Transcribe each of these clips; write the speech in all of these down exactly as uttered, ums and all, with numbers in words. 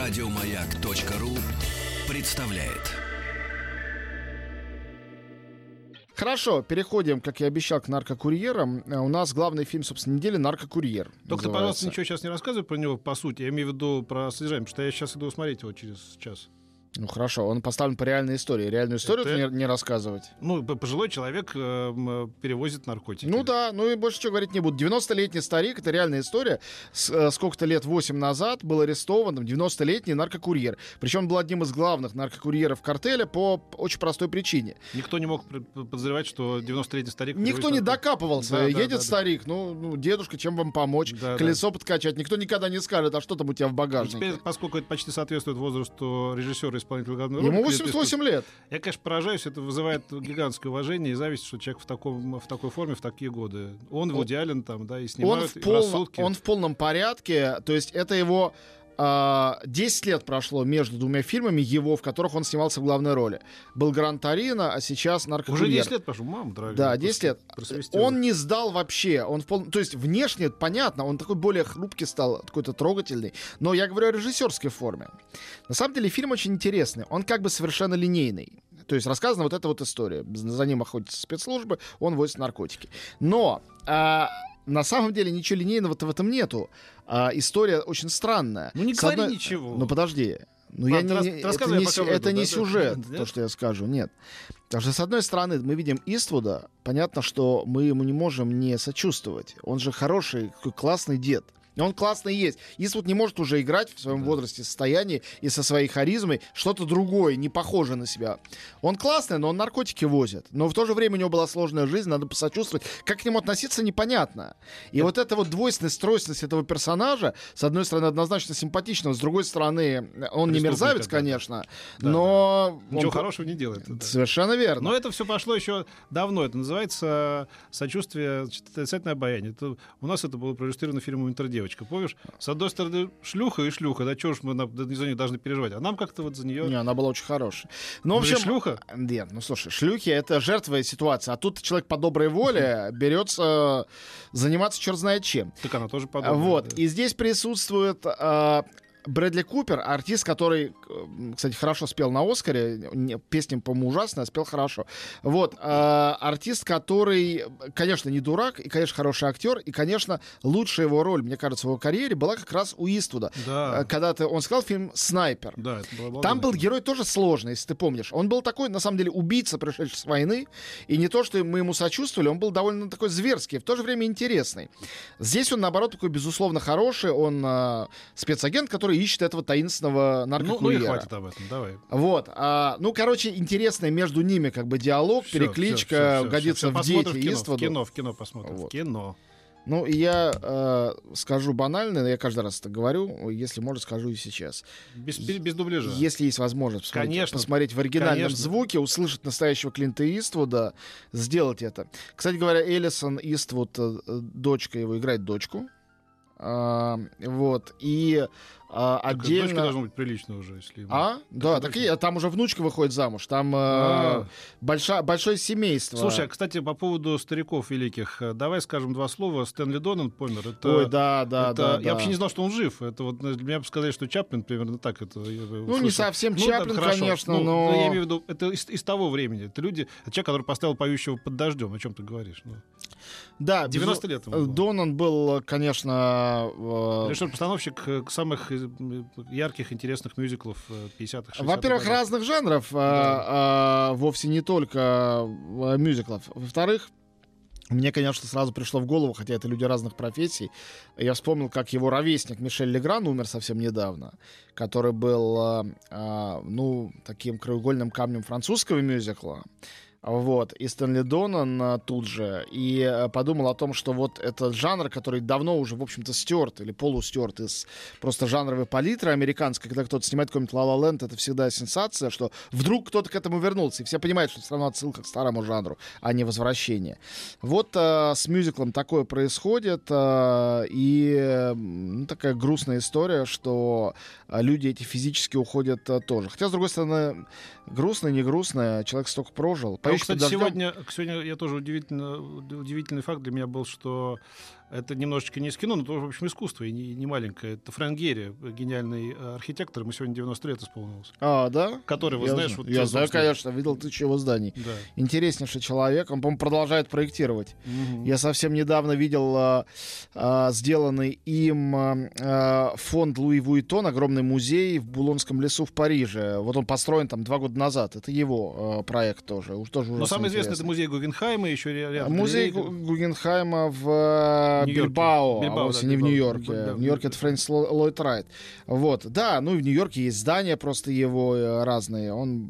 Радиомаяк.ру представляет. Хорошо, переходим, как я обещал, к наркокурьерам. У нас главный фильм, собственно, недели «Наркокурьер». Только ты, пожалуйста, ничего сейчас не рассказывай про него, по сути. Я имею в виду про содержание, потому что я сейчас иду смотреть его через час. Ну хорошо, он поставлен по реальной истории. Реальную историю Это... не, не рассказывать. Ну, пожилой человек э, перевозит наркотики. Ну да, ну и больше чего говорить не буду. девяностолетний старик, это реальная история. С, э, сколько-то лет, восемь назад, был арестован девяностолетний наркокурьер. Причем он был одним из главных наркокурьеров картеля по очень простой причине. Никто не мог подозревать, что девяностолетний старик... Никто не наркотики. докапывался. Да, Едет да, да, старик, ну, ну, дедушка, чем вам помочь? Да, Колесо да. подкачать. Никто никогда не скажет, а что там у тебя в багажнике? Теперь, поскольку это почти соответствует возрасту режиссера и исполнителя главной роли... Ему восемьдесят восемь лет. Я, конечно, поражаюсь, это вызывает гигантское уважение и зависть, что человек в, таком, в такой форме в такие годы. Он, он Вуди Аллен там, да, и снимают он в, и пол... рассудки. Он в полном порядке, то есть это его... десять лет прошло между двумя фильмами его, в которых он снимался в главной роли. Был Гран Торино, а сейчас «Наркокурьер». Уже десять лет прошло, мама дорогая. Да, десять лет. Он не сдал вообще. Он в пол... То есть внешне, понятно, он такой более хрупкий стал, какой-то трогательный. Но я говорю о режиссерской форме. На самом деле фильм очень интересный. Он как бы совершенно линейный. То есть рассказана вот эта вот история. За ним охотятся спецслужбы, он возит наркотики. Но... А... На самом деле ничего линейного-то в этом нету. А, история очень странная. Ну не С говори одной... ничего. Ну подожди. Ну, а, я не, рас... это не, это это не да, сюжет, да? то, что я скажу, нет. Потому что, с одной стороны, мы видим Иствуда, понятно, что мы ему не можем не сочувствовать. Он же хороший, такой классный дед. И он классный есть. Иствуд не может уже играть в своем да. возрасте, состоянии и со своей харизмой что-то другое, не похожее на себя. Он классный, но он наркотики возит. Но в то же время у него была сложная жизнь, надо посочувствовать. Как к нему относиться, непонятно. И это... вот эта вот двойственность, тройственность этого персонажа, с одной стороны, однозначно симпатичного, с другой стороны, он не мерзавец, конечно, да, но... Да. Ничего он... хорошего не делает. Да. Совершенно верно. Но это все пошло еще давно. Это называется сочувствие, отрицательное обаяние. Это... У нас это было проиллюстрировано фильмом «Интердевочка». Помнишь? С одной стороны, шлюха и шлюха, да, чего ж мы на, за нее должны переживать? А нам как-то вот за нее... Не, она была очень хорошая. Ну, в общем... шлюха? Нет, ну, слушай, шлюхи — это жертва ситуации, а тут человек по доброй воле берется заниматься черт знает чем. Так она тоже по доброй. Вот, да. И здесь присутствует... А... Брэдли Купер, артист, который, кстати, хорошо спел на «Оскаре», песня, по-моему, ужасная, спел хорошо. Вот, э, артист, который, конечно, не дурак, и, конечно, хороший актер, и, конечно, лучшая его роль, мне кажется, в его карьере была как раз у Иствуда. Да. Когда-то он сказал фильм «Снайпер». Да, это было Там был фильм. герой тоже сложный, если ты помнишь. Он был такой, на самом деле, убийца, пришедший с войны, и не то, что мы ему сочувствовали, он был довольно такой зверский, в то же время интересный. Здесь он, наоборот, такой, безусловно, хороший, он э, спецагент, который ищет этого таинственного наркокурьера. Ну, ну и хватит об этом, давай. Вот. А, ну, короче, интересный между ними как бы диалог, всё, перекличка, всё, всё, всё, годится всё, в дети в кино, Иствуду. в кино, в кино посмотрим. Вот. В кино. Ну, и я э, скажу банально, я каждый раз это говорю, если можно, скажу и сейчас. Без, без дубляжа. Если есть возможность посмотреть, Конечно. посмотреть в оригинальном Конечно. звуке, услышать настоящего Клинта Иствуда, сделать это. Кстати говоря, Элисон Иствуд, дочка его, играет дочку. А, вот. И а, отдельно... Дочка должна быть приличная уже, если... А? Да, так и, там уже внучка выходит замуж. Там э, больша, большое семейство. Слушай, а, кстати, по поводу стариков великих, давай скажем два слова. Стэнли Донан помер. Это, Ой, да, да, это, да. Я да. вообще не знал, что он жив. Это вот для меня бы сказали, что Чаплин примерно так это. Ну, не совсем ну, Чаплин, да, конечно, ну, но... Я имею в виду, это из, из того времени. Это люди, это человек, который поставил «Поющего под дождем». О чем ты говоришь? Ну. Да, девяносто лет ему было. Донан был, конечно... Э... Режиссер-постановщик самых ярких, интересных мюзиклов пятидесятых, шестидесятых Во-первых, годов. разных жанров, да. а, а, вовсе не только мюзиклов. Во-вторых, мне, конечно, сразу пришло в голову, хотя это люди разных профессий, я вспомнил, как его ровесник Мишель Легран умер совсем недавно, который был, а, а, ну, таким краеугольным камнем французского мюзикла. Вот, и Стэнли Донан а, тут же, и а, подумал о том, что вот этот жанр, который давно уже, в общем-то, стерт или полустерт из просто жанровой палитры американской, когда кто-то снимает какой-нибудь «Ла Ла Ленд», это всегда сенсация, что вдруг кто-то к этому вернулся, и все понимают, что это все равно отсылка к старому жанру, а не возвращение. Вот а, с мюзиклом такое происходит, а, и ну, такая грустная история, что а, люди эти физически уходят а, тоже. Хотя, с другой стороны, грустно, не грустно, человек столько прожил. А, кстати, сегодня, сегодня я тоже удивительно, удивительный факт для меня был, что Это немножечко не из кино, но тоже, в общем, искусство, и не, не маленькое. Это Фрэнк Герри, гениальный архитектор, ему сегодня девяносто лет исполнилось. А, да? Который, вы я знаешь... знаю, Вот, я знаю, конечно, видел тысячу его зданий. Да. Интереснейший человек, он, по-моему, продолжает проектировать. Угу. Я совсем недавно видел а, а, сделанный им а, фонд Луи Вуиттон, огромный музей в Булонском лесу в Париже. Вот он построен там два года назад. Это его а, проект тоже. Уж тоже Но самый известный — это музей Гугенхайма, еще рядом. Музей Гу- Гугенхайма в Бильбао, Бильбао, а вовсе да, не в Бильбао. Нью-Йорке. Да, В Нью-Йорке это Фрэнсис Ллойд Райт. Вот, да, ну и в Нью-Йорке есть здания просто его э, разные. Он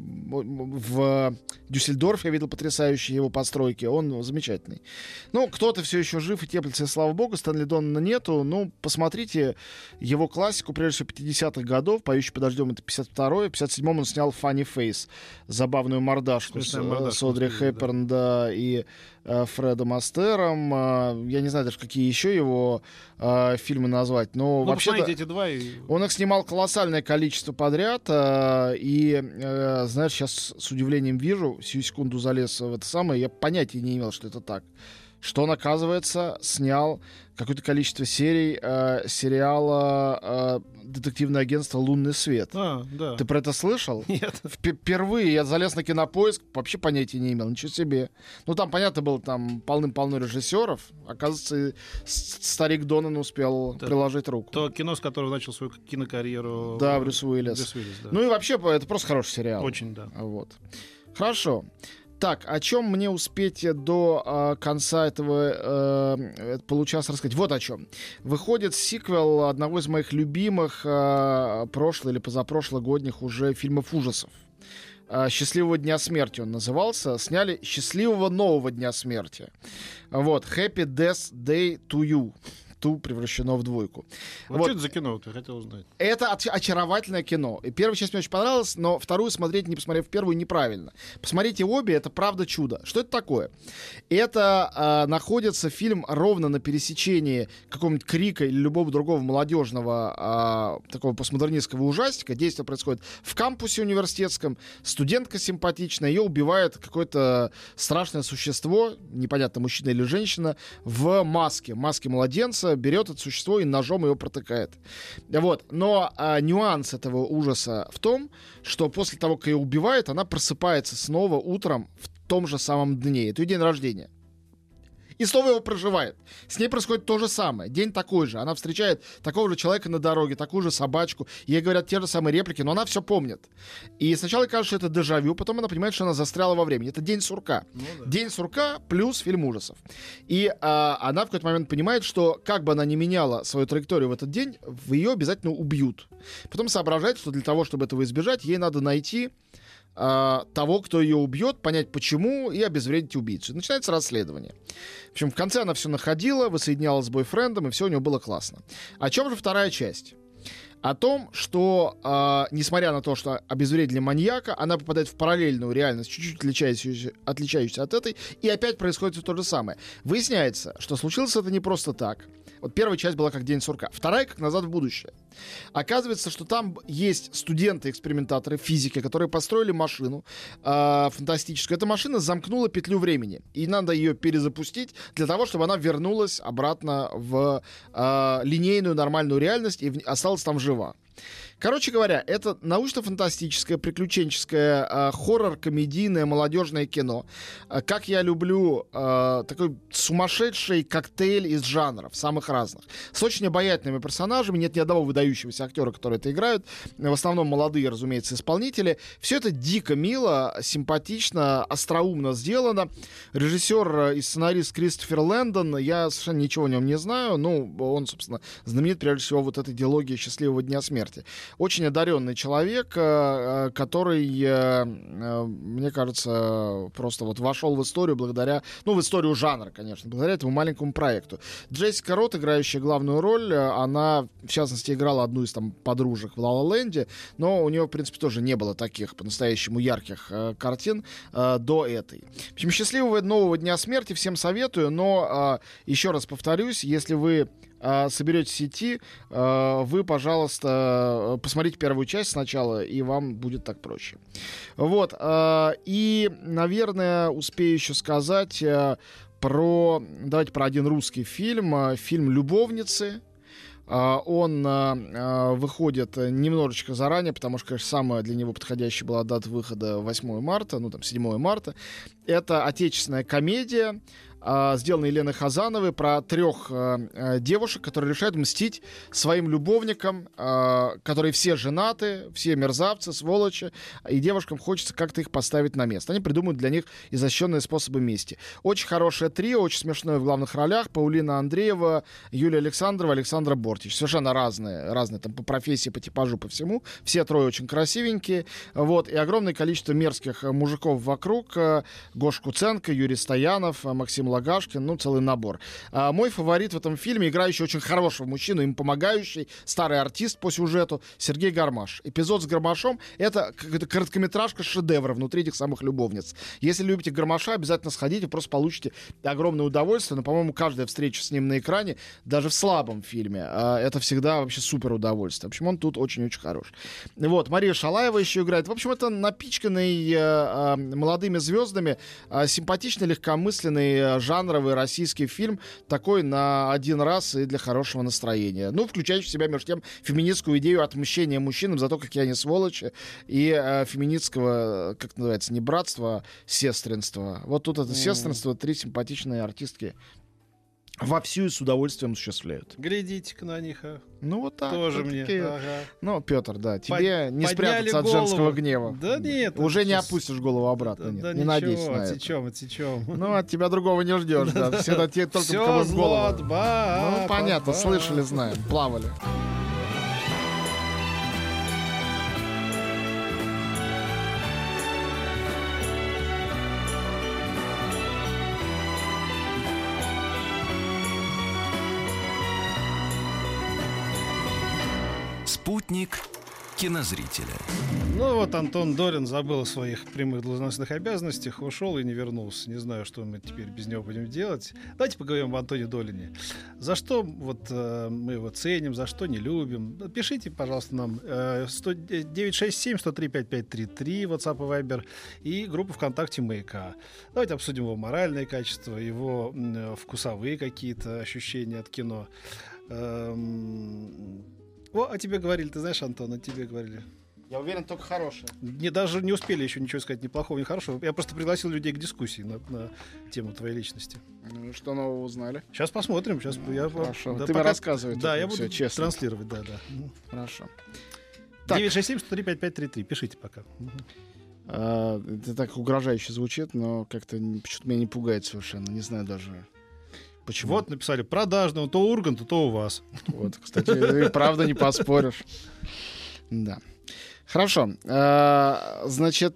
в Дюссельдорфе, я видел потрясающие его постройки. Он замечательный. Ну, кто-то все еще жив и теплится, и слава богу. Стэнли Донна нету. Ну, посмотрите его классику, прежде всего, пятидесятых годов. «Поющий под дождем» — это пятьдесят второй. В пятьдесят седьмом он снял «Funny Face», забавную мордашку с, мордашка, с Одри Хепберн, да, и э, Фредом Астером. Э, я не знаю даже, какие еще его э, фильмы назвать. Но Ну, вообще посмотрите эти два. И... он их снимал колоссальное количество подряд. Э, и, э, знаешь, сейчас с удивлением вижу, сию секунду залез в это самое, я понятия не имел, что это так. Что он, оказывается, снял какое-то количество серий э, сериала э, «Детективное агентство Лунный свет». А, да. Ты про это слышал? Нет. Впервые я залез на Кинопоиск, вообще понятия не имел, ничего себе. Ну, там, понятно, было там полным-полно режиссеров. Оказывается, и старик Донан успел Да. приложить руку. То кино, с которого начал свою кинокарьеру. Да, Брюс Уиллис. Брюс Уиллис, да. Ну и вообще, это просто хороший сериал. Очень, да. Вот. Хорошо. Так, о чем мне успеть до э, конца этого э, получаса рассказать? Вот о чем. Выходит сиквел одного из моих любимых э, прошло- или позапрошлогодних уже фильмов ужасов. э, «Счастливого дня смерти» он назывался. Сняли «Счастливого нового дня смерти». Вот. «Happy Death Day to You». Ту превращено в двойку. Вот, Вот. что это за кино, вот я хотел узнать. Это оч- очаровательное кино. И первая часть мне очень понравилась, но вторую смотреть, не посмотрев первую, неправильно. Посмотрите обе, это правда чудо. Что это такое? Это э, находится фильм ровно на пересечении какого-нибудь «Крика» или любого другого молодежного э, такого постмодернистского ужастика. Действие происходит в кампусе университетском. Студентка симпатичная, ее убивает какое-то страшное существо, непонятно, мужчина или женщина, в маске. Маске младенца. Берет это существо и ножом его протыкает. Вот. Но а, нюанс этого ужаса в том, что после того, как ее убивают, она просыпается снова утром в том же самом дне. Это ее день рождения. И снова его проживает. С ней происходит то же самое. День такой же. Она встречает такого же человека на дороге, такую же собачку. Ей говорят те же самые реплики, но она все помнит. И сначала кажется, что это дежавю, потом она понимает, что она застряла во времени. Это день сурка. Ну, да. День сурка плюс фильм ужасов. И а, она в какой-то момент понимает, что как бы она ни меняла свою траекторию в этот день, в ее обязательно убьют. Потом соображает, что для того, чтобы этого избежать, ей надо найти а, того, кто ее убьет, понять почему и обезвредить убийцу. И начинается расследование. В общем, в конце она все находила, воссоединялась с бойфрендом, и все у нее было классно. О чем же вторая часть? О том, что, э, несмотря на то, что обезвредили маньяка, она попадает в параллельную реальность, чуть-чуть отличающуюся, отличающуюся от этой, и опять происходит все то же самое. Выясняется, что случилось это не просто так. Вот первая часть была как «День сурка», вторая как «Назад в будущее». Оказывается, что там есть студенты-экспериментаторы физики, которые построили машину э, фантастическую. Эта машина замкнула петлю времени, и надо ее перезапустить для того, чтобы она вернулась обратно в э, линейную нормальную реальность и в... осталась там жива. Короче говоря, это научно-фантастическое, приключенческое, э, хоррор-комедийное, молодежное кино. Э, как я люблю, э, такой сумасшедший коктейль из жанров, самых разных. С очень обаятельными персонажами. Нет ни одного выдающегося актера, который это играют. В основном молодые, разумеется, исполнители. Все это дико мило, симпатично, остроумно сделано. Режиссер и сценарист Кристофер Лэндон, я совершенно ничего о нем не знаю. Ну, он, собственно, знаменит прежде всего вот этой диалогией «Счастливого дня смерти». Очень одаренный человек, который, мне кажется, просто вот вошел в историю благодаря, ну, в историю жанра, конечно, благодаря этому маленькому проекту. Джессика Рот, играющая главную роль, она, в частности, играла одну из там подружек в «Ла Ла Ленде», но у нее, в принципе, тоже не было таких по-настоящему ярких э, картин э, до этой. В общем, «Счастливого нового дня смерти» всем советую, но, э, еще раз повторюсь, если вы соберете сети, вы, пожалуйста, посмотрите первую часть сначала, и вам будет так проще. Вот. И, наверное, успею еще сказать про, давайте про один русский фильм, э, фильм «Любовницы». Uh, он uh, uh, выходит немножечко заранее, потому что, конечно, самая для него подходящая была дата выхода восьмое марта, ну там седьмое марта. Это отечественная комедия, uh, сделанная Еленой Хазановой, про трех uh, uh, девушек, которые решают мстить своим любовникам, uh, которые все женаты, все мерзавцы, сволочи, и девушкам хочется как-то их поставить на место. Они придумывают для них изощренные способы мести. Очень хорошее трио, очень смешное в главных ролях. Паулина Андреева, Юлия Александрова, Александра Бортич. Совершенно разные, разные там по профессии, по типажу, по всему. Все трое очень красивенькие. Вот. И огромное количество мерзких мужиков вокруг. Гош Куценко, Юрий Стоянов, Максим Лагашкин, ну, целый набор. А мой фаворит в этом фильме, играющий очень хорошего мужчину, им помогающий, старый артист по сюжету, Сергей Гармаш. Эпизод с Гармашом — это какая-то короткометражка шедевра внутри этих самых любовниц. Если любите Гармаша, обязательно сходите, просто получите огромное удовольствие. Но, по-моему, каждая встреча с ним на экране, даже в слабом фильме, это всегда вообще супер удовольствие. В общем, он тут очень-очень хорош. Вот, Мария Шалаева еще играет. В общем, это напичканный э, молодыми звездами, э, симпатичный, легкомысленный, э, жанровый российский фильм, такой на один раз и для хорошего настроения. Ну, включающий в себя, между тем, феминистскую идею отмщения мужчинам за то, какие они сволочи, и э, феминистского, как это называется, не братства, а сестринства. Вот тут это mm. сестринство, три симпатичные артистки вовсю и с удовольствием осуществляют. Глядите-ка на них, а. Ну, вот так. Тоже вот мне. такие... Ага. Ну, Петр, да, тебе Под... не спрятаться от голову. женского гнева. Да нет. Уже не сейчас... опустишь голову обратно. Да, нет. да не ничего, надейся на это. отсечем, отсечем. Ну, от тебя другого не ждешь, да. Всегда тебе только в голову. Ну, понятно, слышали, знаем, плавали. Спутник кинозрителя. Ну вот Антон Долин забыл о своих прямых должностных обязанностях, ушел и не вернулся. Не знаю, что мы теперь без него будем делать. Давайте поговорим об Антоне Долине. За что вот э, мы его ценим, за что не любим. Пишите, пожалуйста, нам э, девять шесть семь сто три пять пять три три, WhatsApp и Viber, и группу ВКонтакте «Маяка». Давайте обсудим его моральные качества, его э, вкусовые какие-то ощущения от кино. Эм... О, о тебе говорили, ты знаешь, Антон, о тебе говорили. Я уверен, только хорошее. Не, даже не успели еще ничего сказать ни плохого, ни хорошего. Я просто пригласил людей к дискуссии на, на тему твоей личности. Ну и что нового узнали? Сейчас посмотрим. Сейчас ну, я, хорошо. Да, ты пока... мне рассказывай. Да, я все, буду честно. транслировать, да, да. Хорошо. девять шесть семь сто три пять пять три три. Пишите пока. А, это так угрожающе звучит, но как-то почему-то меня не пугает совершенно. Не знаю даже... Почему? Вот написали, продажного, то у Урганта, то у вас. Вот, кстати, правда не поспоришь. Да. Хорошо. Значит,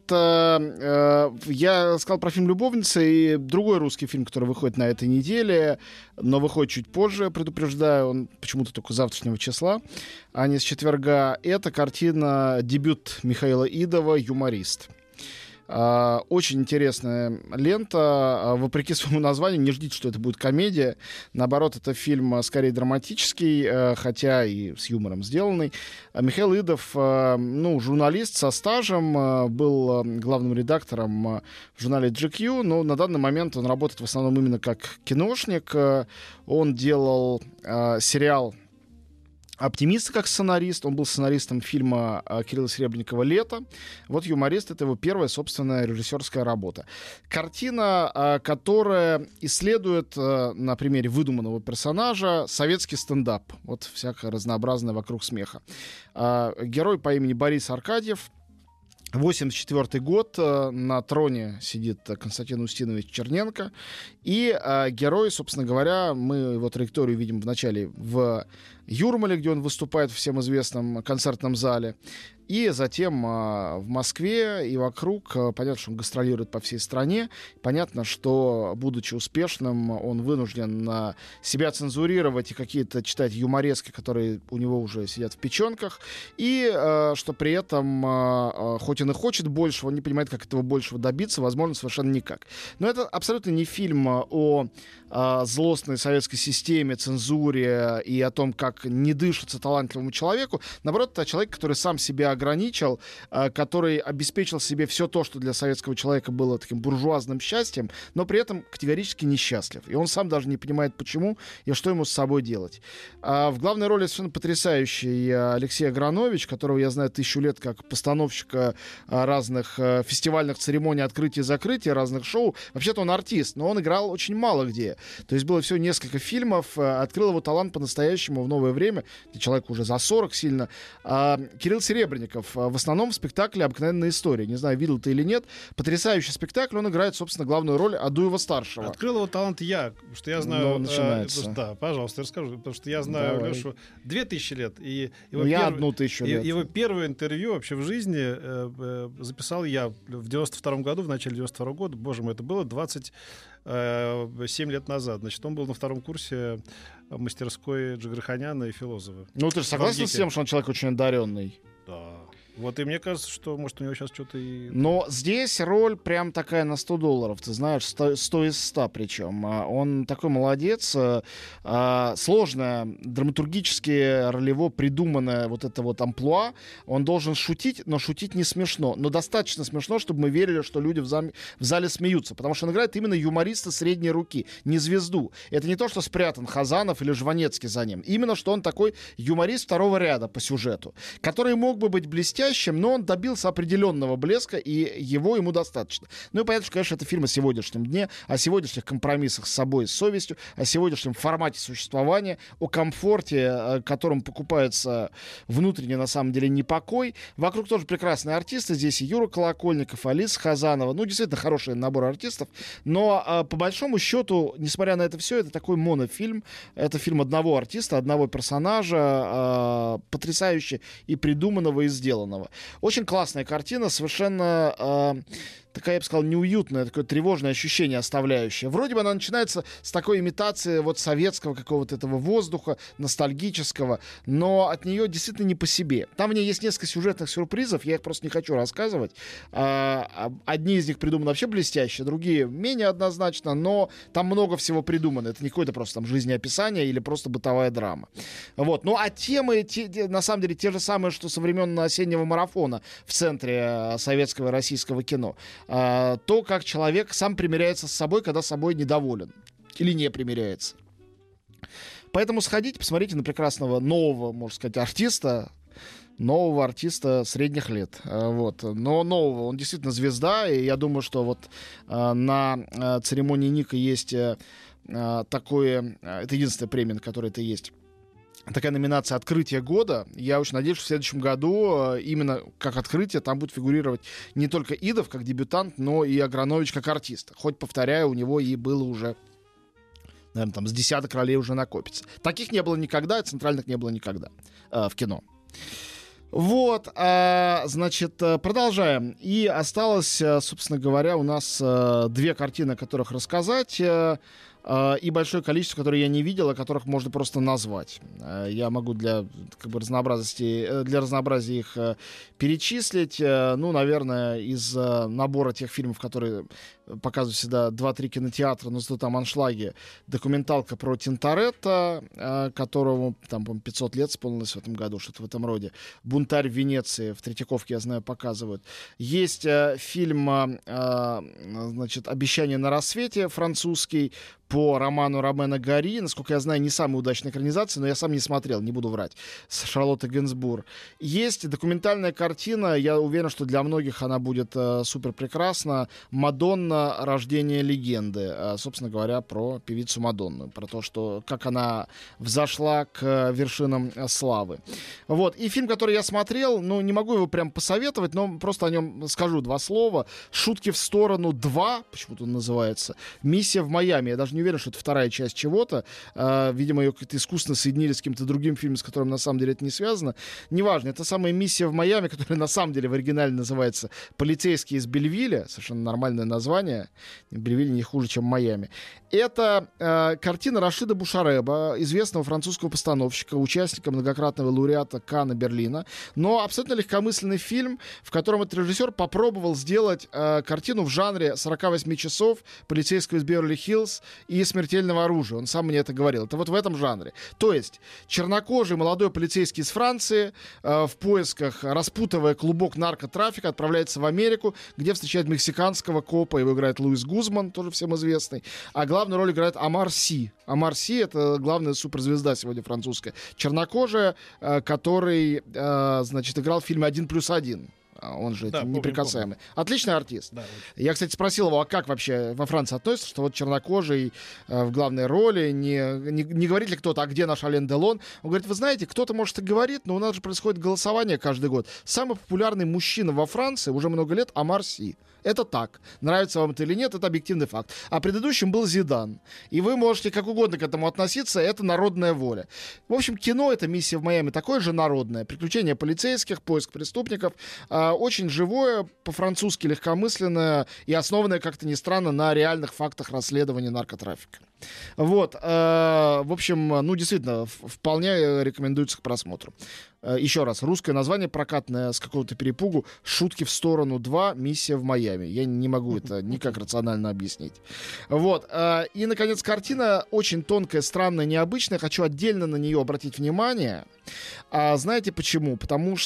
я сказал про фильм «Любовница», и другой русский фильм, который выходит на этой неделе, но выходит чуть позже, предупреждаю, он почему-то только с завтрашнего числа, а не с четверга. Это картина, дебют Михаила Идова «Юморист». Uh, очень интересная лента. Uh, вопреки своему названию, не ждите, что это будет комедия. Наоборот, это фильм uh, скорее драматический, uh, хотя и с юмором сделанный. Uh, Михаил Идов, uh, ну, журналист со стажем, uh, был uh, главным редактором uh, в журнале джи кью, но на данный момент он работает в основном именно как киношник. Uh, он делал uh, сериал «Оптимист» как сценарист. Он был сценаристом фильма Кирилла Серебренникова «Лето». Вот «Юморист» — это его первая собственная режиссерская работа. Картина, которая исследует на примере выдуманного персонажа советский стендап. Вот всякое разнообразное вокруг смеха. Герой по имени Борис Аркадьев. восемьдесят четвёртый год, на троне сидит Константин Устинович Черненко, и э, герой, собственно говоря, мы его траекторию видим вначале в Юрмале, где он выступает в всем известном концертном зале, и затем э, в Москве и вокруг. Понятно, что он гастролирует по всей стране. Понятно, что, будучи успешным, он вынужден э, себя цензурировать и какие-то читать юморески, которые у него уже сидят в печенках. И э, что при этом, э, хоть он и хочет большего, он не понимает, как этого большего добиться, возможно, совершенно никак. Но это абсолютно не фильм о э, злостной советской системе, цензуре и о том, как не дышится талантливому человеку. Наоборот, это человек, который сам себя ограничил, э, который обеспечил себе все то, что для советского человека было таким буржуазным счастьем, но при этом категорически несчастлив. И он сам даже не понимает, почему и что ему с собой делать. А в главной роли совершенно потрясающий Алексей Агранович, которого я знаю тысячу лет как постановщика разных фестивальных церемоний открытия и закрытия, разных шоу. Вообще-то он артист, но он играл очень мало где. То есть было всего несколько фильмов. Открыл его талант по-настоящему в новое время, где человек уже за сорок сильно. А Кирилл Серебренников в основном в спектакле «Обыкновенная история». Не знаю, видел ты или нет. Потрясающий спектакль. Он играет, собственно, главную роль Адуева-старшего. Открыл его талант я, потому что я знаю... Но начинается. Э, потому что, да, пожалуйста, расскажу. Потому что я знаю Давай. Лешу две тысячи лет. И его, Ну, я перв... одну тысячу и, лет. его первое интервью вообще в жизни э, э, записал я в девяносто втором году, в начале девяносто второго года. Боже мой, это было двадцать семь лет назад. Значит, он был на втором курсе мастерской Джигарханяна и Филозова. Ну, ты же согласен с тем, что он человек очень одаренный? Да. Вот, и мне кажется, что, может, у него сейчас что-то и... Но здесь роль прям такая на сто долларов, ты знаешь, сто, сто из ста причем. Он такой молодец. Сложная, драматургически, ролево придуманная вот это вот амплуа. Он должен шутить, но шутить не смешно. Но достаточно смешно, чтобы мы верили, что люди в, зам... в зале смеются. Потому что он играет именно юмориста средней руки, не звезду. Это не то, что спрятан Хазанов или Жванецкий за ним. Именно, что он такой юморист второго ряда по сюжету, который мог бы быть блестящим, но он добился определенного блеска, и его ему достаточно. Ну и понятно, что, конечно, это фильм о сегодняшнем дне, о сегодняшних компромиссах с собой и с совестью, о сегодняшнем формате существования, о комфорте, которым покупается внутренне, на самом деле, непокой. Вокруг тоже прекрасные артисты. Здесь и Юра Колокольников, Алиса Хазанова. Ну, действительно, хороший набор артистов. Но, по большому счету, несмотря на это все, это такой монофильм. Это фильм одного артиста, одного персонажа, потрясающе и придуманного, и сделанного. Очень классная картина, совершенно э, такая, я бы сказал, неуютная, такое тревожное ощущение оставляющее. Вроде бы она начинается с такой имитации вот советского какого-то этого воздуха, ностальгического, но от нее действительно не по себе. Там в ней есть несколько сюжетных сюрпризов, я их просто не хочу рассказывать. А, одни из них придуманы вообще блестяще, другие менее однозначно, но там много всего придумано. Это не какое-то просто там жизнеописание или просто бытовая драма. Вот. Ну а темы, те, те, на самом деле, те же самые, что со времен осеннего марафона в центре советского и российского кино. А, то, как человек сам примиряется с собой, когда собой недоволен или не примиряется. Поэтому сходите, посмотрите на прекрасного нового, можно сказать, артиста, нового артиста средних лет. Вот. Но нового, он действительно звезда, и я думаю, что вот а, на церемонии Ника есть а, такое, это единственная премия, на которой это есть, такая номинация «Открытие года». Я очень надеюсь, что в следующем году именно как открытие там будет фигурировать не только Идов как дебютант, но и Агранович как артист. Хоть, повторяю, у него и было уже, наверное, там с десяток ролей уже накопится. Таких не было никогда, центральных не было никогда э, в кино. Вот, а, значит, продолжаем. И осталось, собственно говоря, у нас а, две картины, о которых рассказать, а, и большое количество, которые я не видел, о которых можно просто назвать. А, я могу для, как бы, разнообразия, для разнообразия их а, перечислить. А, ну, наверное, из а, набора тех фильмов, которые показывают всегда два-три кинотеатра, но зато там аншлаги. Документалка про Тинторетто, а, которому там, по-моему, пятьсот лет исполнилось в этом году, что-то в этом роде. «Бунтарь в Венеции», в Третьяковке, я знаю, показывают. Есть э, фильм, э, значит, «Обещание на рассвете», французский, по роману Ромена Гари. Насколько я знаю, не самая удачная экранизация, но я сам не смотрел, не буду врать, с Шарлоттой Генсбур. Есть документальная картина, я уверен, что для многих она будет э, супер прекрасна. «Мадонна. Рождение легенды». Э, собственно говоря, про певицу Мадонну, про то, что, как она взошла к вершинам славы. Вот. И фильм, который я смотрел, ну, не могу его прям посоветовать, но просто о нем скажу два слова. «Шутки в сторону два», почему-то он называется. «Миссия в Майами». Я даже не уверен, что это вторая часть чего-то. А, видимо, ее как-то искусственно соединили с каким-то другим фильмом, с которым на самом деле это не связано. Неважно, это самая «Миссия в Майами», которая на самом деле в оригинале называется «Полицейские из Бельвилля». Совершенно нормальное название. Бельвиль не хуже, чем Майами. Это э, картина Рашида Бушареба, известного французского постановщика, участника многократного лауреата Канна, Берлина. Но абсолютно легкомысленный фильм, в котором этот режиссер попробовал сделать э, картину в жанре сорок восемь часов, «Полицейского из Беверли-Хиллз» и «Смертельного оружия». Он сам мне это говорил. Это вот в этом жанре. То есть чернокожий молодой полицейский из Франции э, в поисках, распутывая клубок наркотрафика, отправляется в Америку, где встречает мексиканского копа. Его играет Луис Гузман, тоже всем известный. А главную роль играет Омар Си. Омар Си — это главная суперзвезда сегодня французская. Чернокожая, э, который, э, значит, играл в фильме «Один плюс один». Он же да, неприкасаемый. Помню, помню. Отличный артист. Да, я, кстати, спросил его, а как вообще во Франции относятся, что вот чернокожий э, в главной роли, не, не, не говорит ли кто-то, а где наш Ален Делон? Он говорит, вы знаете, кто-то, может, и говорит, но у нас же происходит голосование каждый год. Самый популярный мужчина во Франции уже много лет — Омар Си. Это так. Нравится вам это или нет, это объективный факт. А предыдущим был Зидан. И вы можете как угодно к этому относиться, это народная воля. В общем, кино — это «Миссия в Майами» такое же народное. Приключения полицейских, поиск преступников. Э, очень живое, по-французски легкомысленное и основанное, как-то ни странно, на реальных фактах расследования наркотрафика. Вот. Э, в общем, ну, действительно, вполне рекомендуется к просмотру. Э, еще раз, русское название прокатное с какого-то перепугу «Шутки в сторону два. Миссия в Майами». Я не могу это никак рационально объяснить. Вот. Э, и, наконец, картина очень тонкая, странная, необычная. Хочу отдельно на нее обратить внимание. А знаете почему? Потому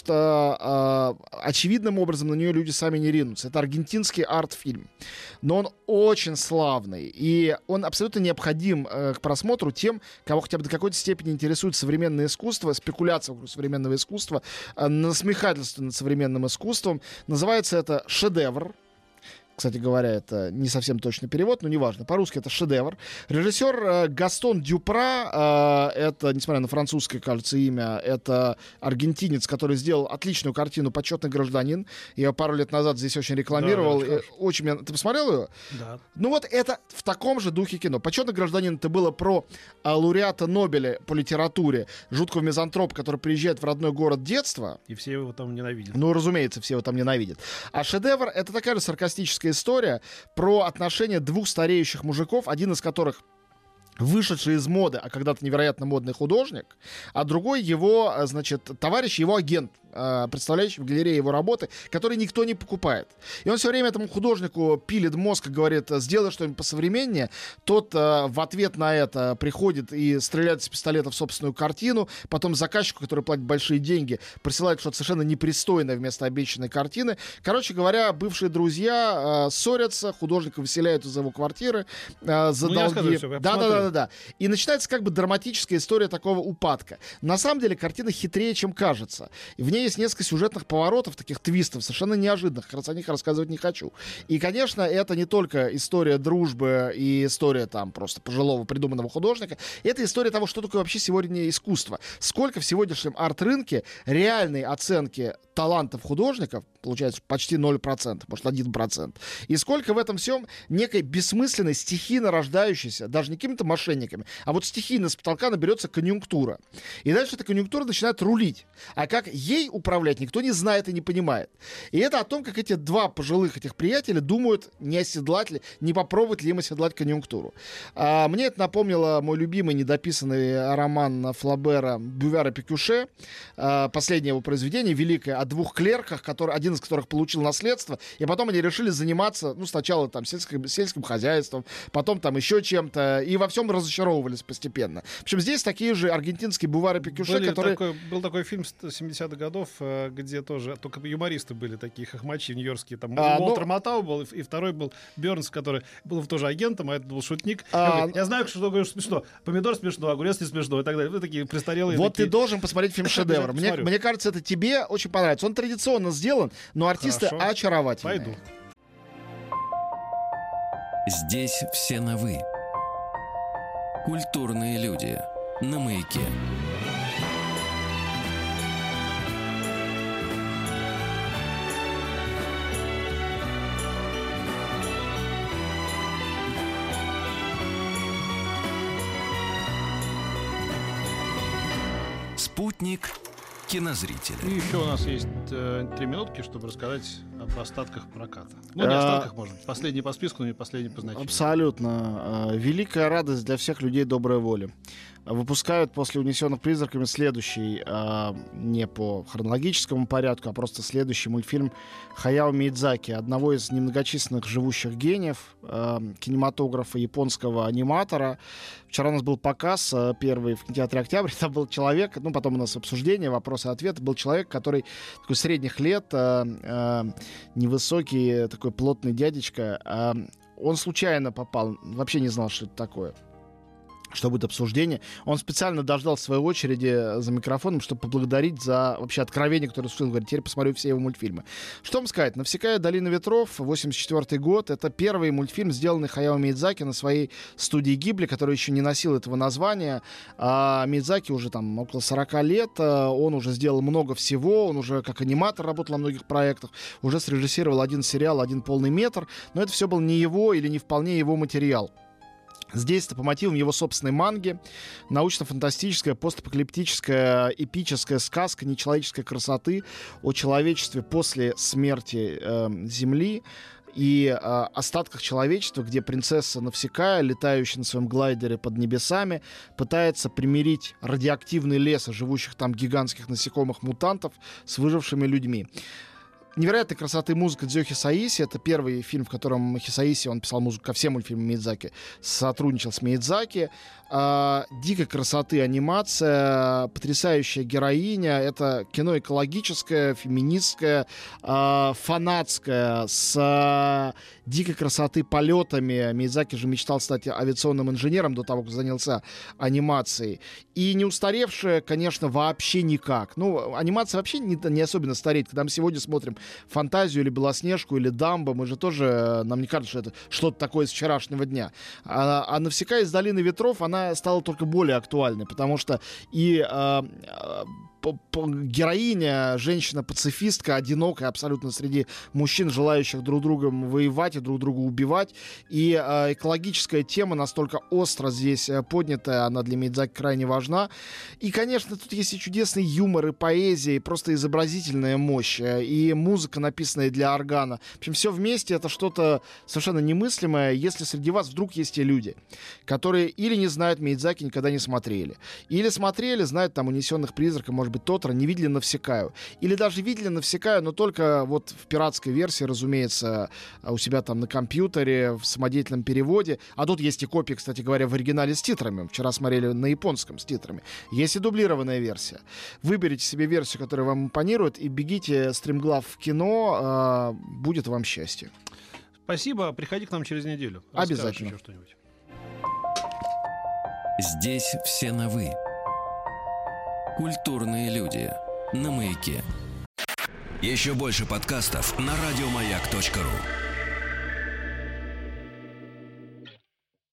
что э, очевидным образом на нее люди сами не ринутся. Это аргентинский арт-фильм. Но он очень славный. И он абсолютно необходим э, к просмотру тем, кого хотя бы до какой-то степени интересует современное искусство, спекуляция вокруг современного искусства, э, насмехательство над современным искусством. Называется это «Шедевр». Кстати говоря, это не совсем точный перевод, но неважно. По-русски это «Шедевр». Режиссер э, Гастон Дюпра, э, это, несмотря на французское, кажется, имя, это аргентинец, который сделал отличную картину «Почетный гражданин». Я пару лет назад здесь очень рекламировал. Да, да, очень меня... Ты посмотрел ее? Да. Ну вот это в таком же духе кино. «Почетный гражданин» — это было про э, лауреата Нобеля по литературе, жуткого мизантропа, который приезжает в родной город детства. И все его там ненавидят. Ну, разумеется, все его там ненавидят. А «Шедевр» — это такая же саркастическая история про отношения двух стареющих мужиков, один из которых вышедший из моды, а когда-то невероятно модный художник, а другой его, значит, товарищ, его агент, представляющий в галерее его работы, который никто не покупает. И он все время этому художнику пилит мозг и говорит, сделай что-нибудь посовременнее. Тот э, в ответ на это приходит и стреляет из пистолета в собственную картину. Потом заказчику, который платит большие деньги, присылает что-то совершенно непристойное вместо обещанной картины. Короче говоря, бывшие друзья э, ссорятся, художника выселяют из его квартиры э, за ну, долги. Все, да, да, да, да, да. И начинается как бы драматическая история такого упадка. На самом деле картина хитрее, чем кажется. В ней есть несколько сюжетных поворотов, таких твистов, совершенно неожиданных. Раз о них рассказывать не хочу. И, конечно, это не только история дружбы и история там просто пожилого придуманного художника. Это история того, что такое вообще сегодня искусство. Сколько в сегодняшнем арт-рынке реальной оценки талантов художников, получается почти ноль процентов, может один процент. И сколько в этом всем некой бессмысленной, стихийно рождающейся, даже не какими-то мошенниками, а вот стихийно с потолка наберется конъюнктура. И дальше эта конъюнктура начинает рулить. А как ей управлять, никто не знает и не понимает. И это о том, как эти два пожилых этих приятеля думают, не оседлать ли, не попробовать ли им оседлать конъюнктуру. А, мне это напомнило мой любимый недописанный роман Флабера «Бювер и Пикюше», а, последнее его произведение, великое, о двух клерках, который, один из которых получил наследство, и потом они решили заниматься, ну, сначала там сельским, сельским хозяйством, потом там еще чем-то, и во всем разочаровывались постепенно. В общем, здесь такие же аргентинские «Бювер и Пикюше», Были которые... Такой, был такой фильм семидесятых годов, где тоже только юмористы были такие хохмачи нью-йоркские. Там а, Уолтер ну... Матау был, и второй был Бернс, который был тоже агентом, а это был шутник. А... Я, говорю, я знаю, что говорю смешно. Помидор смешно, огурец не смешно и так далее. Вы такие престарелые. Вот такие... ты должен посмотреть фильм «Шедевр». Мне, мне кажется, это тебе очень понравится. Он традиционно сделан, но артисты Хорошо. очаровательные. Пойду. Здесь все на «вы». Культурные люди. На Маяке. Спутник кинозрителя. И еще у нас есть э, три минутки, чтобы рассказать об остатках проката. Ну, не остатках, может быть. Последний по списку, но не последний по значению. Абсолютно. Великая радость для всех людей доброй воли. выпускают после «Унесенных призраками» следующий, э, не по хронологическому порядку, а просто следующий мультфильм Хаяо Миядзаки, одного из немногочисленных живущих гениев э, кинематографа, японского аниматора. Вчера у нас был показ э, первый в кинотеатре «Октябрь». Там был человек, ну, потом у нас обсуждение, вопросы и ответы. Был человек, который такой средних лет, э, э, невысокий, такой плотный дядечка. Э, он случайно попал, вообще не знал, что это такое, что будет обсуждение. Он специально дождал своей очереди за микрофоном, чтобы поблагодарить за вообще откровение, которое слышал. Говорит, теперь посмотрю все его мультфильмы. Что вам сказать? «Навсекая долина ветров», восемьдесят четвёртый год. Это первый мультфильм, сделанный Хаяо Миядзаки на своей студии Гибли, которая еще не носила этого названия. А Миядзаки уже там около сорок лет. Он уже сделал много всего. Он уже как аниматор работал на многих проектах. Уже срежиссировал один сериал, один полный метр. Но это все был не его или не вполне его материал. Здесь это по мотивам его собственной манги. Научно-фантастическая, постапокалиптическая, эпическая сказка нечеловеческой красоты о человечестве после смерти э, Земли и э, остатках человечества, где принцесса Навсекая, летающая на своем глайдере под небесами, пытается примирить радиоактивный лес живущих там гигантских насекомых-мутантов с выжившими людьми. Невероятной красоты музыка Дзё Хисаиси. Это первый фильм, в котором Хисаиси, он писал музыку ко всем мультфильмам Миядзаки, сотрудничал с Миядзаки. А, дикой красоты анимация, потрясающая героиня. Это кино экологическое, феминистское, а, фанатское, с а, дикой красоты полетами. Миядзаки же мечтал стать авиационным инженером до того, как занялся анимацией. И не устаревшая, конечно, вообще никак. Ну, анимация вообще не, не особенно стареет. Когда мы сегодня смотрим «Фантазию» или «Белоснежку» или «Дамбо», мы же тоже, нам не кажется, что это что-то такое из вчерашнего дня. А, а «Навсекая из долины ветров», она стала только более актуальной, потому что и а, героиня, женщина-пацифистка, одинокая абсолютно среди мужчин, желающих друг другом воевать и друг друга убивать. И э, экологическая тема настолько остро здесь поднятая, она для Миядзаки крайне важна. И, конечно, тут есть и чудесный юмор, и поэзия, и просто изобразительная мощь, и музыка, написанная для органа. В общем, все вместе это что-то совершенно немыслимое, если среди вас вдруг есть те люди, которые или не знают Миядзаки, никогда не смотрели, или смотрели, знают там «Унесенных призраков», может быть, Тотора, не видели Навсекаю. Или даже видели Навсекаю, но только вот в пиратской версии, разумеется, у себя там на компьютере, в самодеятельном переводе. А тут есть и копии, кстати говоря, в оригинале с титрами. Вчера смотрели на японском с титрами. Есть и дублированная версия. Выберите себе версию, которая вам импонирует, и бегите стримглав в кино. Будет вам счастье. Спасибо. Приходи к нам через неделю. Обязательно. Еще что-нибудь. Здесь все на «вы». Культурные люди. На Маяке. Еще больше подкастов на радиомаяк точка ру.